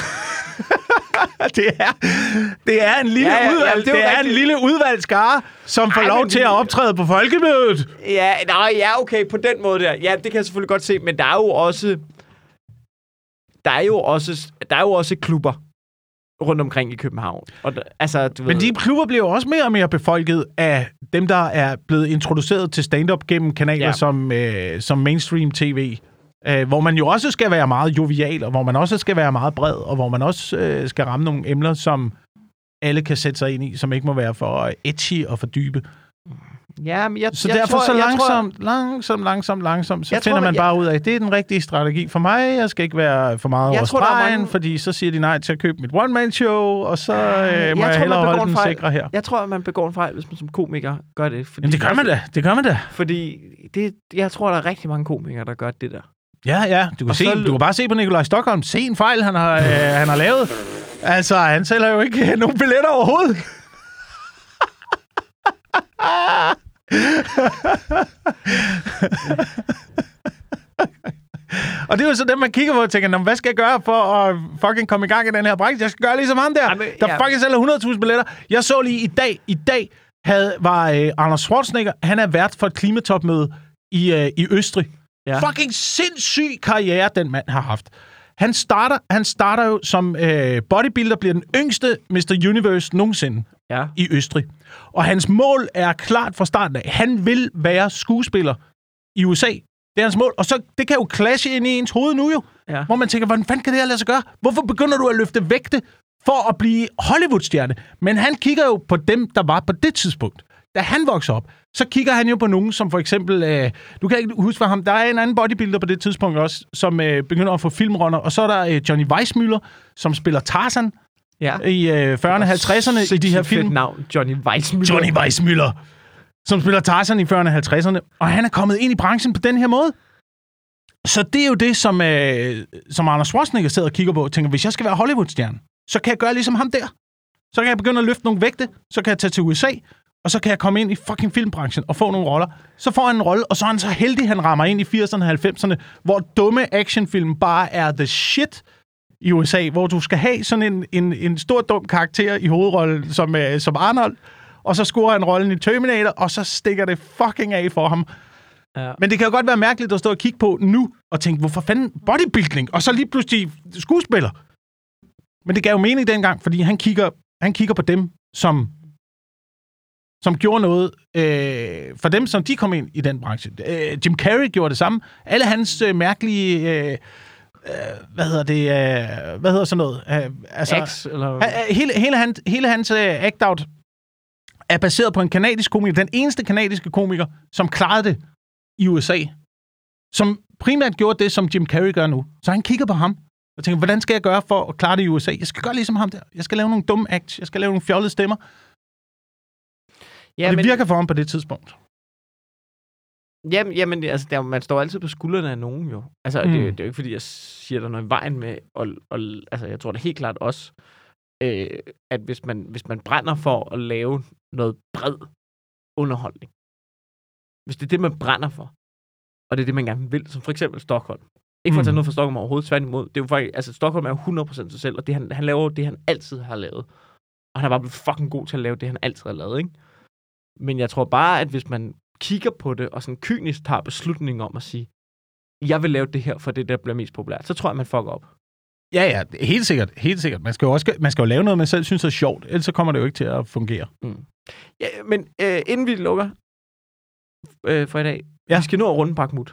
det, er, det er en lille, ja, ja, udvalg, ja, det er det er en lille udvalgt skare, som får Ej, lov til at optræde på folkemødet. Ja, nej, ja, okay, på den måde der. Ja, det kan jeg selvfølgelig godt se, men der er jo også... Der er jo også, der er jo også klubber rundt omkring i København. Og der, altså, du Men ved... de klubber bliver jo også mere og mere befolket af dem, der er blevet introduceret til stand-up gennem kanaler ja. som, øh, som mainstream tv. Øh, hvor man jo også skal være meget jovial, og hvor man også skal være meget bred, og hvor man også øh, skal ramme nogle emner, som alle kan sætte sig ind i, som ikke må være for edgy og for dybe. Ja, men jeg, så jeg derfor tror, så langsomt, tror, langsomt, langsomt, langsomt, så jeg finder tror, man jeg, bare ud af, at det er den rigtige strategi for mig. Jeg skal ikke være for meget over stregen, mange... fordi så siger de nej til at købe mit one-man-show, og så øh, må jeg, jeg hellere holde den sikre her. Jeg tror, at man begår en fejl, hvis man som komiker gør det. Fordi, Jamen, det gør man da. Det gør man da. Fordi det, jeg tror, der er rigtig mange komikere, der gør det der. Ja, ja. Du kan, se, så... du kan bare se på Nikolaj Stockholm. Se en fejl, han har, øh, han har lavet. Altså, han sælger jo ikke nogen billetter overhovedet. Og det er jo så dem, man kigger på og tænker, hvad skal jeg gøre for at fucking komme i gang i den her branche? Jeg skal gøre ligesom ham der, Jamen, der ja. fucking sælger hundrede tusind billetter. Jeg så lige i dag, i dag havde, var øh, Arnold Schwarzenegger, han er vært for et klimatopmøde i, øh, i Østrig. Ja. Fucking sindssyg karriere, den mand har haft. Han starter, han starter jo som øh, bodybuilder, bliver den yngste mister Universe nogensinde ja. i Østrig. Og hans mål er klart fra starten af. Han vil være skuespiller i U S A. Det er hans mål. Og så, det kan jo clashe ind i ens hoved nu jo. Ja. Hvor man tænker, hvordan fanden kan det her lade sig gøre? Hvorfor begynder du at løfte vægte for at blive Hollywood-stjerne? Men han kigger jo på dem, der var på det tidspunkt. Da han voksede op, så kigger han jo på nogen, som for eksempel... Øh, du kan ikke huske for ham, der er en anden bodybuilder på det tidspunkt også, som øh, begynder at få filmroller. Og så er der øh, Johnny Weissmuller, som spiller Tarzan ja. i øh, fyrrerne og halvtredserne i de her film. Fedt navn, Johnny Weissmuller. Johnny Weissmuller, som spiller Tarzan i fyrrerne og halvtredserne. Og han er kommet ind i branchen på den her måde. Så det er jo det, som, øh, som Arnold Schwarzenegger sidder og kigger på og tænker, hvis jeg skal være Hollywood-stjerne, så kan jeg gøre ligesom ham der. Så kan jeg begynde at løfte nogle vægte, så kan jeg tage til U S A, og så kan jeg komme ind i fucking filmbranchen og få nogle roller. Så får han en rolle, og så er han så heldig, han rammer ind i firserne og halvfemserne, hvor dumme actionfilm bare er the shit i U S A, hvor du skal have sådan en, en, en stor dum karakter i hovedrollen som, øh, som Arnold, og så scorer han rollen i Terminator, og så stikker det fucking af for ham. Ja. Men det kan jo godt være mærkeligt at stå og kigge på nu, og tænke, hvorfor fanden bodybuilding, og så lige pludselig skuespiller. Men det gav jo mening dengang, fordi han kigger, han kigger på dem, som, som gjorde noget øh, for dem, som de kom ind i den branche. Øh, Jim Carrey gjorde det samme. Alle hans øh, mærkelige... Øh, øh, hvad hedder det? Øh, hvad hedder sådan noget? Øh, altså, X, eller... øh, hele, hele, hans, hele hans øh, act-out er baseret på en kanadisk komiker. Den eneste kanadiske komiker, som klarede det i U S A. Som primært gjorde det, som Jim Carrey gør nu. Så han kigger på ham og tænker, hvordan skal jeg gøre for at klare det i U S A? Jeg skal gøre ligesom ham der. Jeg skal lave nogle dumme acts. Jeg skal lave nogle fjollede stemmer. Ja, og det men... virker for ham på det tidspunkt. Jamen, jamen altså, der, man står altid på skuldrene af nogen jo. Altså, mm. det, det er jo ikke, fordi jeg siger, der er noget i vejen med, og, og, altså, jeg tror da helt klart også, øh, at hvis man, hvis man brænder for at lave noget bred underholdning, hvis det er det, man brænder for, og det er det, man gerne vil, som for eksempel Stockholm. Ikke for at tage noget fra Stockholm overhovedet, tværtimod. Det er jo faktisk, altså, Stockholm er jo hundrede procent sig selv, og det, han, han laver det, han altid har lavet. Og han er bare blevet fucking god til at lave det, han altid har lavet, ikke? Men jeg tror bare, at hvis man kigger på det, og sådan kynisk tager beslutningen om at sige, jeg vil lave det her, for det der bliver mest populært, så tror jeg, man fucker op. Ja, ja, helt sikkert. Helt sikkert. Man skal jo også man skal jo lave noget, man selv synes er sjovt, ellers så kommer det jo ikke til at fungere. Mm. Ja, men øh, inden vi lukker øh, for i dag, ja. vi skal nå at runde Bakhmut.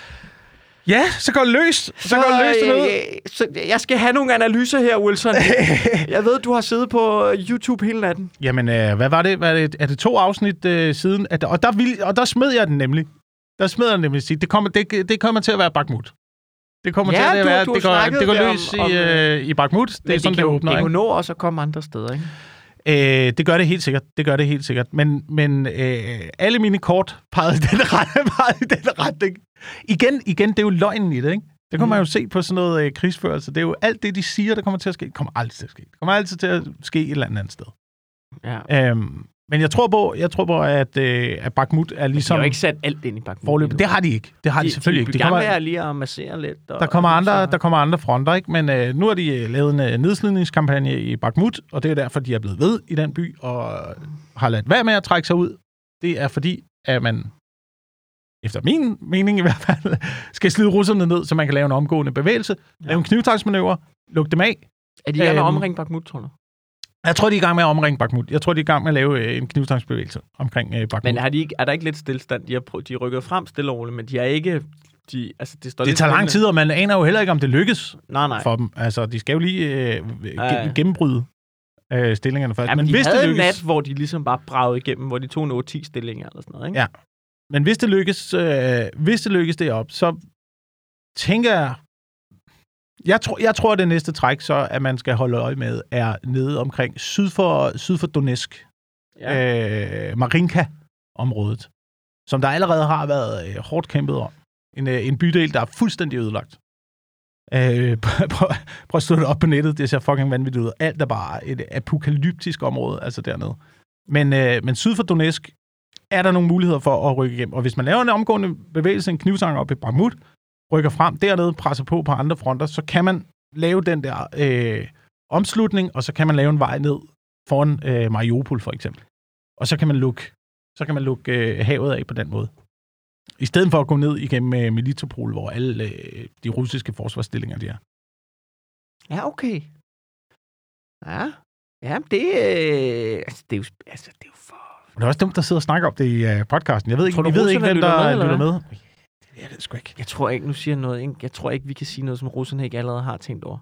Ja, så går det løs. Så, så går det løs til noget. Øh, så jeg skal have nogle analyser her, Wilson. Jeg ved, du har siddet på YouTube hele natten. Jamen, øh, hvad var det? Hvad er, det? Er det to afsnit øh, siden? At, og, der vil, og der smed jeg den nemlig. Der smed jeg den nemlig sige. Det kommer, det, det kommer til at være Bakhmut. Det kommer ja, til at du, være... Du det går, det går løs om, om, i, øh, i Bakhmut. Det er sådan, det, det åbner. Det kan nå også at komme andre steder, ikke? Øh, det gør det helt sikkert. Det gør det helt sikkert. Men, men øh, alle mine kort pegede i den retning. den retning. Igen, igen, det er jo løgnen i det, ikke? Det kommer mm. man jo se på sådan noget øh, krigsførelse. Det er jo alt det, de siger, der kommer til at ske. Det kommer altid til at ske. Det kommer altid til at ske et eller andet sted. Ja. Øhm, men jeg tror på, jeg tror på at, øh, at Bakhmut er ligesom... De har jo ikke sat alt ind i Bakhmut. Forløb. Det har de ikke. Det har de, de selvfølgelig de ikke. Det kommer være lige at massere lidt. Og, der, kommer og andre, så... der kommer andre fronter, ikke? Men øh, nu har de lavet en øh, nedslidningskampagne i Bakhmut, og det er derfor, de er blevet ved i den by, og har ladet være med at trække sig ud. Det er fordi, at man, efter min mening i hvert fald, skal slide russerne ned, så man kan lave en omgående bevægelse, ja. Lave en knivtangsmanøvre, lukke dem af. Er de i gang med at omringe Bakhmut, tror du? Jeg tror, de er i gang med at omringe Bakhmut. Jeg tror, de er i gang med at lave øh, en knivtangsbevægelse omkring øh, Bakhmut. Men har de ikke, er der ikke lidt stillestand? De har prø- de rykker frem stille og roligt, men de er ikke... De, altså, det står det tager lang tid, og man aner jo heller ikke, om det lykkes nej, nej. for dem. Altså, de skal jo lige øh, ja. gennembryde øh, stillingerne først. Ja, men, men de hvis havde det lykkes, en nat, hvor de ligesom bare bragede igennem, hvor de tog en otte ti stillinger eller sådan noget, ikke? Ja. Men hvis det lykkes, øh, hvis det lykkes derop, så tænker jeg... Jeg tror, jeg tror, at det næste træk, så at man skal holde øje med, er nede omkring syd for, syd for Donetsk, ja. øh, Marinka-området, som der allerede har været øh, hårdt kæmpet om. En, øh, en bydel, der er fuldstændig ødelagt. Øh, prøv, prøv at stå det op på nettet, det ser fucking vanvittigt ud. Alt er bare et apokalyptisk område, altså dernede. Men, øh, men syd for Donetsk er der nogle muligheder for at rykke igennem. Og hvis man laver en omgående bevægelse, en knivtang op i Bakhmut, rykker frem dernede, presser på på andre fronter, så kan man lave den der øh, omslutning, og så kan man lave en vej ned foran øh, Mariupol for eksempel. Og så kan man lukke, så kan man lukke øh, havet af på den måde. I stedet for at gå ned igennem øh, Melitopol, hvor alle øh, de russiske forsvarsstillinger de er. Ja, okay. Ja, ja det, øh, altså, det er jo, altså, det er jo for... Og det er også dem, der sidder og snakker om det i uh, podcasten. Jeg ved ikke, jeg ved ikke hvem der lytter med. med. Jeg ved sgu ikke. Jeg tror ikke, nu siger jeg noget, ikke? Jeg tror ikke, vi kan sige noget, som russerne ikke allerede har tænkt over.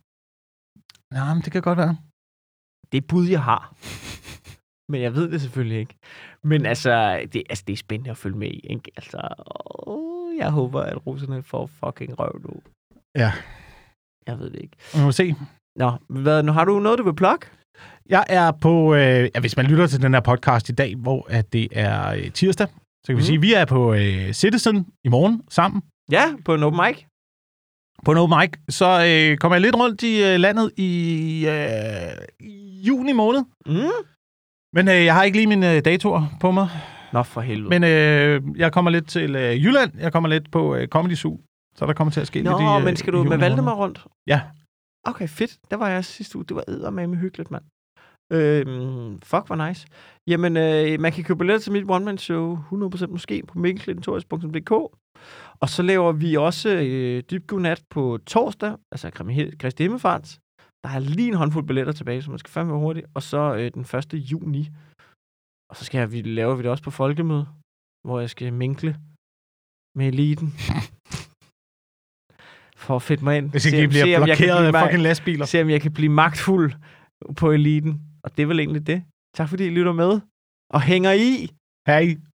Nej, men det kan godt være. Det er bud, jeg har. Men jeg ved det selvfølgelig ikke. Men altså det, altså, det er spændende at følge med i, ikke? Altså, åh, jeg håber, at russerne får fucking røv nu. Ja. Jeg ved det ikke. Vi må se. Nå, hvad, nu har du noget, du vil plukke? Jeg er på, øh, ja, hvis man lytter til den her podcast i dag, hvor at det er øh, tirsdag, så kan vi mm. sige, at vi er på øh, Citizen i morgen sammen. Ja, på en open mic. På en open mic. Så øh, kommer jeg lidt rundt i øh, landet i, øh, i juni måned. Mm. Men øh, jeg har ikke lige mine øh, datoer på mig. Nå, for helvede. Men øh, jeg kommer lidt til øh, Jylland. Jeg kommer lidt på øh, Comedy Zoo. Så der kommer til at ske Nå, lidt i Nå, men skal du med Valdemar rundt? Ja. Okay, fedt. Der var jeg sidste uge. Det var eddermame hyggeligt, mand. Øhm, fuck, hvor nice. Jamen, øh, man kan købe billetter til mit one-man-show hundrede procent måske på mikkel clinton punktum d k. Og så laver vi også øh, dybgodnat på torsdag, altså Kristi Himmelfarts. Der er lige en håndfuld billetter tilbage, så man skal fandme hurtigt. Og så øh, den første juni. Og så skal jeg, vi, laver vi det også på folkemøde, hvor jeg skal minkle med eliten. For at fedt mig ind. Hvis ikke I bliver se, blokeret af fucking lastbiler. Se om jeg kan blive magtfuld på eliten. Og det er vel egentlig det. Tak fordi I lytter med. Og hænger i. Hej.